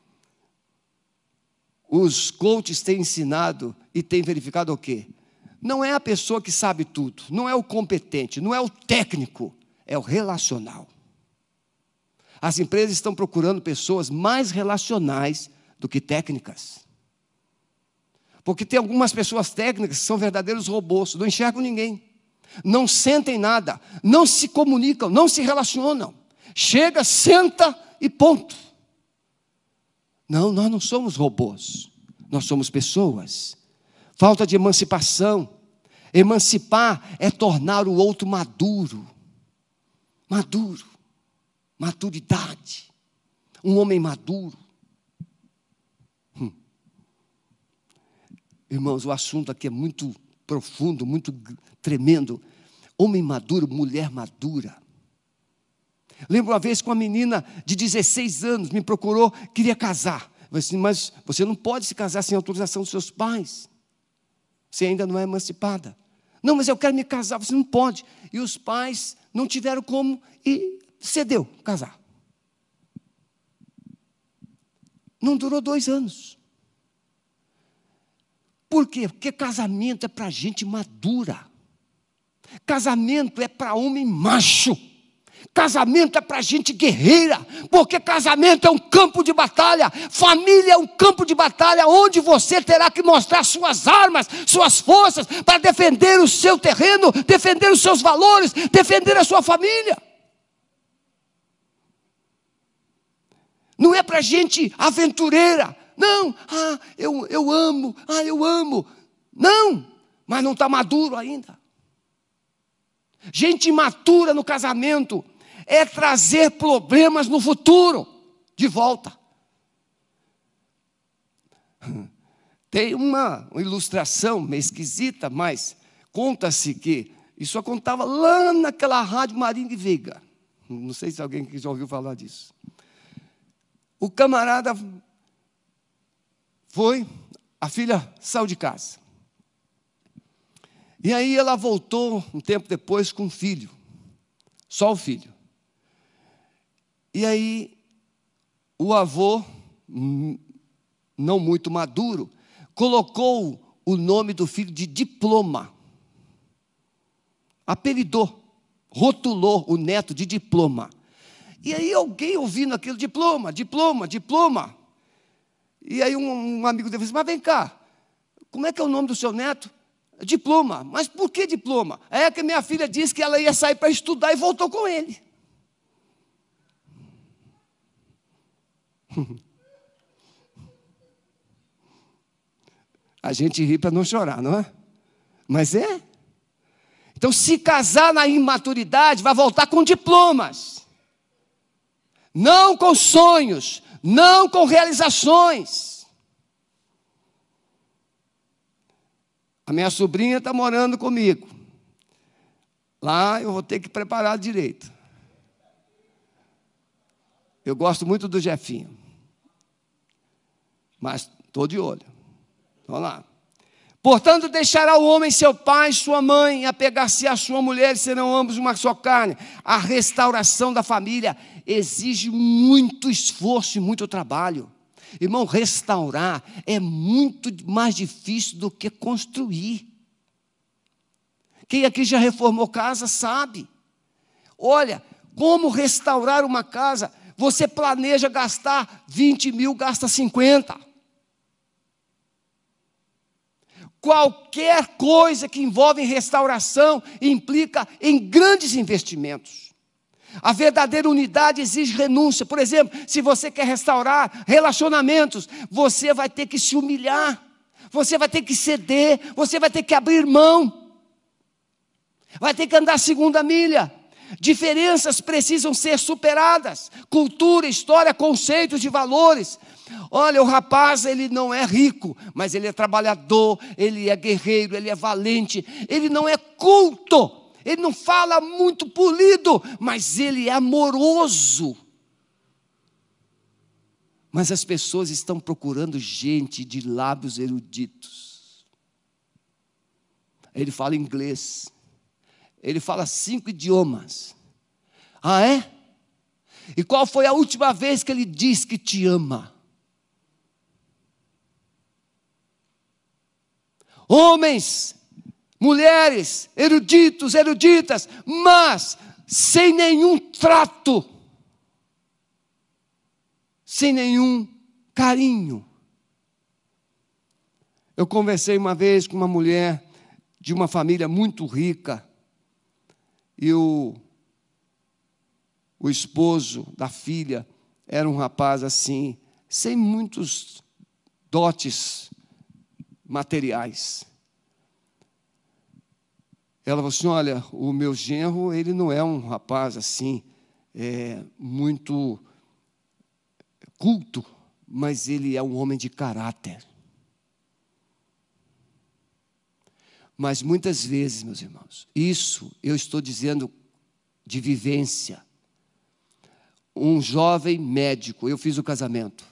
os coaches têm ensinado e têm verificado o quê? Não é a pessoa que sabe tudo, não é o competente, não é o técnico, é o relacional. As empresas estão procurando pessoas mais relacionais do que técnicas. Porque tem algumas pessoas técnicas que são verdadeiros robôs, não enxergam ninguém, não sentem nada, não se comunicam, não se relacionam. Chega, senta e ponto. Não, nós não somos robôs, nós somos pessoas. Falta de emancipação. Emancipar é tornar o outro maduro. Maduro. Maturidade. Um homem maduro. Hum. Irmãos, o assunto aqui é muito profundo, muito tremendo. Homem maduro, mulher madura. Lembro uma vez que uma menina de dezesseis anos me procurou, queria casar. Eu disse, mas você não pode se casar sem autorização dos seus pais. Você ainda não é emancipada. Não, mas eu quero me casar. Você não pode. E os pais não tiveram como e cedeu casar. Não durou dois anos. Por quê? Porque casamento é para gente madura. Casamento é para homem macho. Casamento é para gente guerreira, porque casamento é um campo de batalha, família é um campo de batalha, onde você terá que mostrar suas armas, suas forças, para defender o seu terreno, defender os seus valores, defender a sua família. Não é para gente aventureira, não, ah, eu, eu amo, ah, eu amo, não, mas não está maduro ainda. Gente imatura no casamento é trazer problemas no futuro de volta. Tem uma, uma ilustração meio esquisita, mas conta-se que isso acontava lá naquela rádio Marinho de Veiga. Não sei se alguém já ouviu falar disso. O camarada foi, a filha saiu de casa. E aí ela voltou um tempo depois com um filho, só o filho. E aí o avô, não muito maduro, colocou o nome do filho de Diploma. Apelidou, rotulou o neto de Diploma. E aí alguém ouvindo aquilo, diploma, diploma, diploma. E aí um, um amigo dele disse, mas vem cá, como é que é o nome do seu neto? Diploma. Mas por que diploma? É que minha filha disse que ela ia sair para estudar e voltou com ele. A gente ri para não chorar, não é? Mas é. Então, se casar na imaturidade, vai voltar com diplomas. Não com sonhos, não com realizações. A minha sobrinha está morando comigo. Lá eu vou ter que preparar direito. Eu gosto muito do Jefinho. Mas estou de olho. Vamos lá. Portanto, deixará o homem seu pai e sua mãe, apegar-se à sua mulher, e serão ambos uma só carne. A restauração da família exige muito esforço e muito trabalho. Irmão, restaurar é muito mais difícil do que construir. Quem aqui já reformou casa sabe. Olha, como restaurar uma casa? Você planeja gastar vinte mil, gasta cinquenta. Qualquer coisa que envolve restauração implica em grandes investimentos. A verdadeira unidade exige renúncia. Por exemplo, se você quer restaurar relacionamentos, você vai ter que se humilhar, você vai ter que ceder, você vai ter que abrir mão, vai ter que andar a segunda milha. Diferenças precisam ser superadas. Cultura, história, conceitos de valores. Olha, o rapaz, ele não é rico, mas ele é trabalhador, ele é guerreiro, ele é valente, ele não é culto, ele não fala muito polido, mas ele é amoroso. Mas as pessoas estão procurando gente de lábios eruditos. Ele fala inglês, ele fala cinco idiomas. Ah, é? E qual foi a última vez que ele disse que te ama? Homens, mulheres, eruditos, eruditas, mas sem nenhum trato, sem nenhum carinho. Eu conversei uma vez com uma mulher de uma família muito rica, e o, o esposo da filha era um rapaz assim, sem muitos dotes materiais. Ela falou assim, olha, o meu genro, ele não é um rapaz assim, é, muito culto, mas ele é um homem de caráter. Mas muitas vezes, meus irmãos, isso eu estou dizendo de vivência. Um jovem médico, eu fiz o casamento.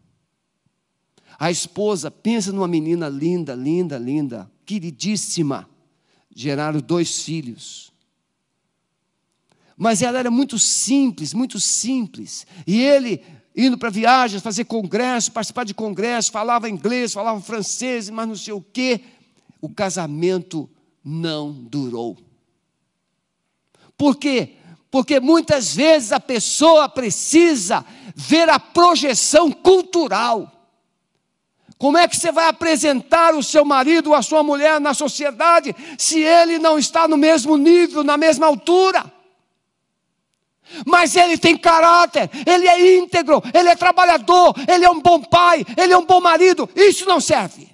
A esposa, pensa numa menina linda, linda, linda, queridíssima. Geraram dois filhos. Mas ela era muito simples, muito simples. E ele, indo para viagens, fazer congresso, participar de congresso, falava inglês, falava francês, mas não sei o quê. O casamento não durou. Por quê? Porque muitas vezes a pessoa precisa ver a projeção cultural. Como é que você vai apresentar o seu marido ou a sua mulher na sociedade se ele não está no mesmo nível, na mesma altura? Mas ele tem caráter, ele é íntegro, ele é trabalhador, ele é um bom pai, ele é um bom marido. Isso não serve.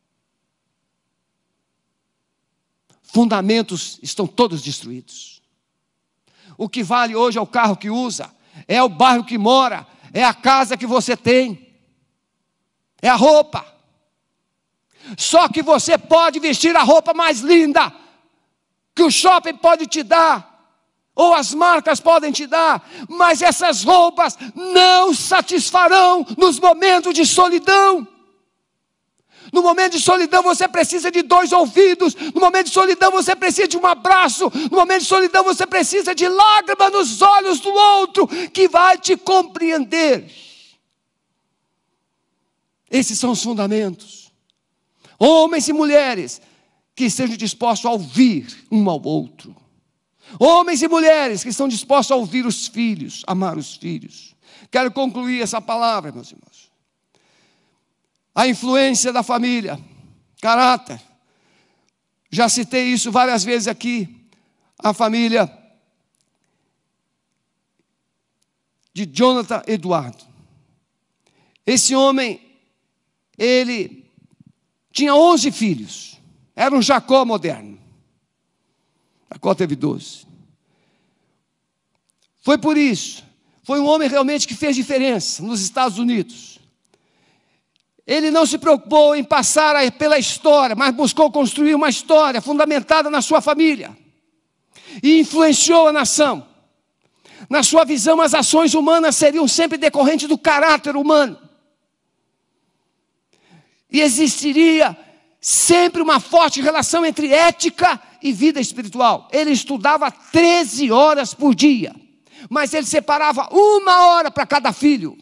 Fundamentos estão todos destruídos. O que vale hoje é o carro que usa, é o bairro que mora, é a casa que você tem, é a roupa. Só que você pode vestir a roupa mais linda que o shopping pode te dar, ou as marcas podem te dar, mas essas roupas não satisfarão nos momentos de solidão. No momento de solidão você precisa de dois ouvidos, no momento de solidão você precisa de um abraço, no momento de solidão você precisa de lágrima nos olhos do outro, que vai te compreender. Esses são os fundamentos. Homens e mulheres que estejam dispostos a ouvir um ao outro. Homens e mulheres que estão dispostos a ouvir os filhos, amar os filhos. Quero concluir essa palavra, meus irmãos. A influência da família, caráter. Já citei isso várias vezes aqui. A família de Jonathan Eduardo. Esse homem, ele tinha onze filhos. Era um Jacó moderno. Jacó teve doze. Foi por isso. Foi um homem realmente que fez diferença nos Estados Unidos. Ele não se preocupou em passar pela história, mas buscou construir uma história fundamentada na sua família. E influenciou a nação. Na sua visão, as ações humanas seriam sempre decorrentes do caráter humano. E existiria sempre uma forte relação entre ética e vida espiritual. Ele estudava treze horas por dia, mas ele separava uma hora para cada filho.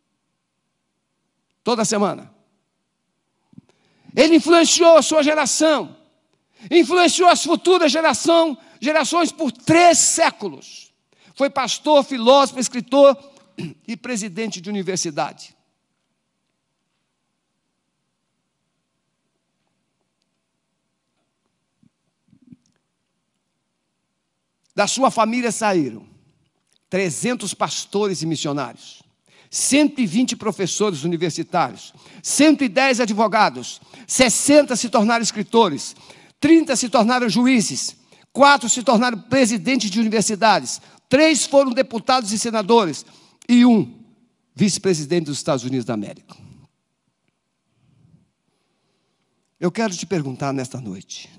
Toda semana. Ele influenciou a sua geração, influenciou as futuras geração, gerações por três séculos. Foi pastor, filósofo, escritor e presidente de universidade. Da sua família saíram trezentos pastores e missionários, cento e vinte professores universitários, cento e dez advogados, sessenta se tornaram escritores, trinta se tornaram juízes, quatro se tornaram presidentes de universidades, três foram deputados e senadores, e um vice-presidente dos Estados Unidos da América. Eu quero te perguntar nesta noite,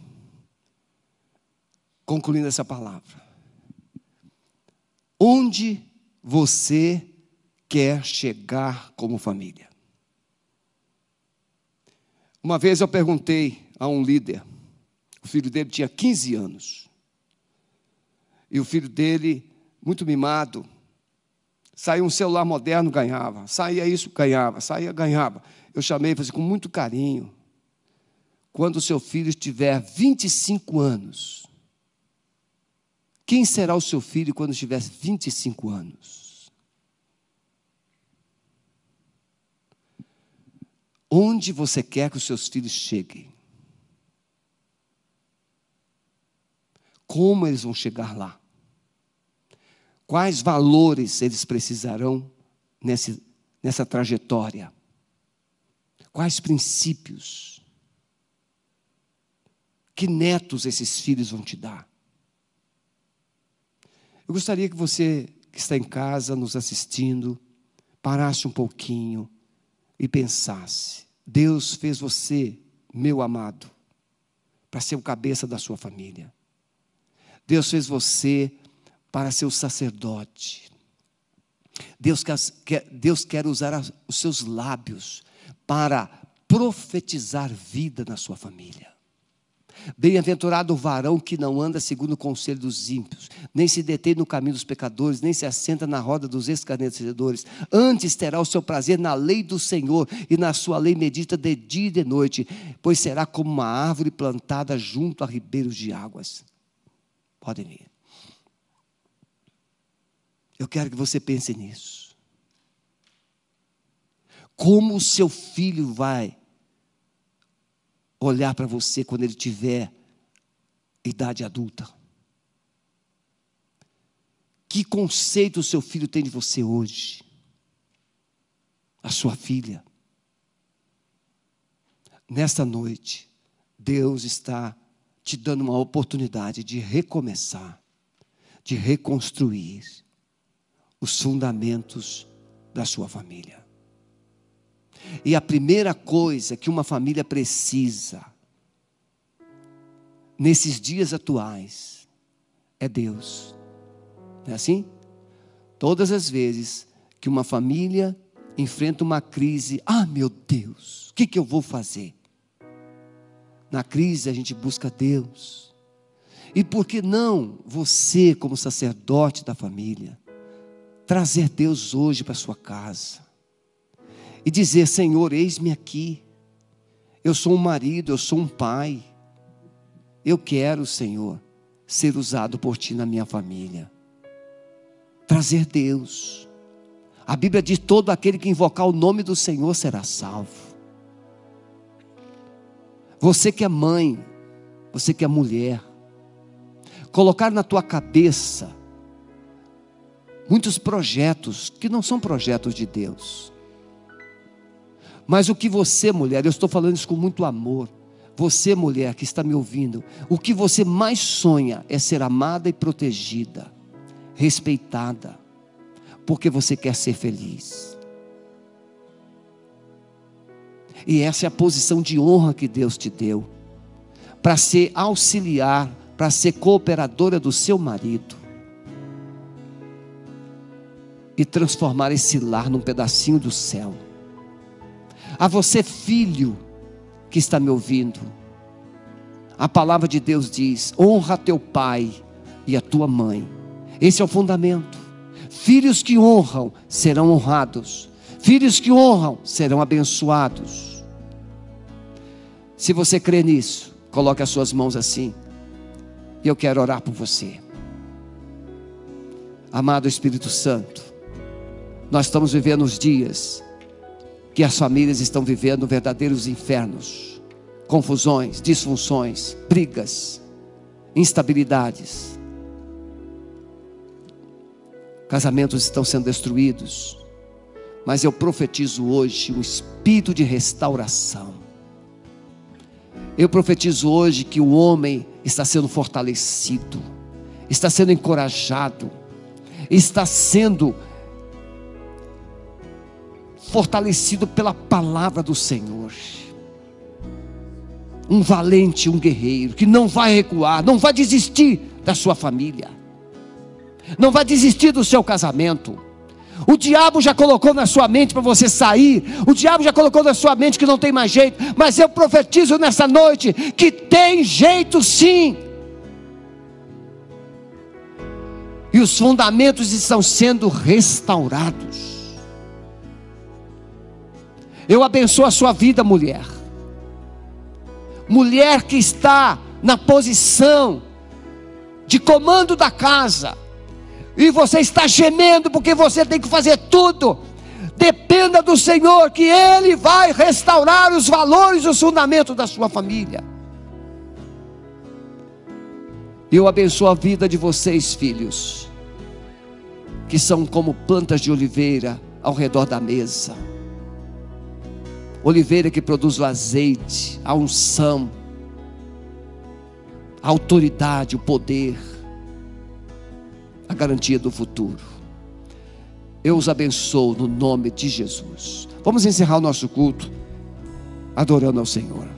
concluindo essa palavra, onde você quer chegar como família? Uma vez eu perguntei a um líder, o filho dele tinha quinze anos, e o filho dele, muito mimado, saía um celular moderno, ganhava, saía isso, ganhava, saía, ganhava. Eu chamei e falei com muito carinho, quando o seu filho tiver vinte e cinco anos, quem será o seu filho quando tiver vinte e cinco anos? Onde você quer que os seus filhos cheguem? Como eles vão chegar lá? Quais valores eles precisarão nessa, nessa trajetória? Quais princípios? Que netos esses filhos vão te dar? Eu gostaria que você, que está em casa, nos assistindo, parasse um pouquinho e pensasse: Deus fez você, meu amado, para ser o cabeça da sua família. Deus fez você para ser o sacerdote. Deus quer, Deus quer usar os seus lábios para profetizar vida na sua família. Bem-aventurado o varão que não anda segundo o conselho dos ímpios, nem se detém no caminho dos pecadores, nem se assenta na roda dos escarnecedores. Antes terá o seu prazer na lei do Senhor, e na sua lei medita de dia e de noite, pois será como uma árvore plantada junto a ribeiros de águas. Podem ir. Eu quero que você pense nisso. Como o seu filho vai olhar para você quando ele tiver idade adulta? Que conceito o seu filho tem de você hoje? A sua filha? Nesta noite, Deus está te dando uma oportunidade de recomeçar, de reconstruir os fundamentos da sua família. E a primeira coisa que uma família precisa, nesses dias atuais, é Deus. Não é assim? Todas as vezes que uma família enfrenta uma crise, ah, meu Deus, o que, que eu vou fazer? Na crise a gente busca Deus. E por que não você, como sacerdote da família, trazer Deus hoje para a sua casa? E dizer: Senhor, eis-me aqui. Eu sou um marido, eu sou um pai. Eu quero, Senhor, ser usado por Ti na minha família. Trazer Deus. A Bíblia diz: todo aquele que invocar o nome do Senhor será salvo. Você que é mãe, você que é mulher, colocar na tua cabeça muitos projetos que não são projetos de Deus. Mas o que você, mulher, eu estou falando isso com muito amor, você, mulher, que está me ouvindo, o que você mais sonha é ser amada e protegida, respeitada, porque você quer ser feliz. E essa é a posição de honra que Deus te deu, para ser auxiliar, para ser cooperadora do seu marido, e transformar esse lar num pedacinho do céu. A você, filho, que está me ouvindo, a palavra de Deus diz: honra teu pai e a tua mãe. Esse é o fundamento. Filhos que honram serão honrados, filhos que honram serão abençoados. Se você crê nisso, coloque as suas mãos assim, e eu quero orar por você. Amado Espírito Santo, nós estamos vivendo os dias que as famílias estão vivendo verdadeiros infernos, confusões, disfunções, brigas, instabilidades. Casamentos estão sendo destruídos, mas eu profetizo hoje um espírito de restauração. Eu profetizo hoje que o homem está sendo fortalecido, está sendo encorajado, está sendo fortalecido pela palavra do Senhor. Um valente, um guerreiro, que não vai recuar, não vai desistir da sua família, não vai desistir do seu casamento. O diabo já colocou na sua mente para você sair, o diabo já colocou na sua mente que não tem mais jeito, mas eu profetizo nessa noite que tem jeito sim. E os fundamentos estão sendo restaurados. Eu abençoo a sua vida, mulher. Mulher que está na posição de comando da casa, e você está gemendo porque você tem que fazer tudo. Dependa do Senhor, que Ele vai restaurar os valores e os fundamentos da sua família. Eu abençoo a vida de vocês, filhos, que são como plantas de oliveira ao redor da mesa. Oliveira que produz o azeite, a unção, a autoridade, o poder, a garantia do futuro. Eu os abençoo no nome de Jesus. Vamos encerrar o nosso culto adorando ao Senhor.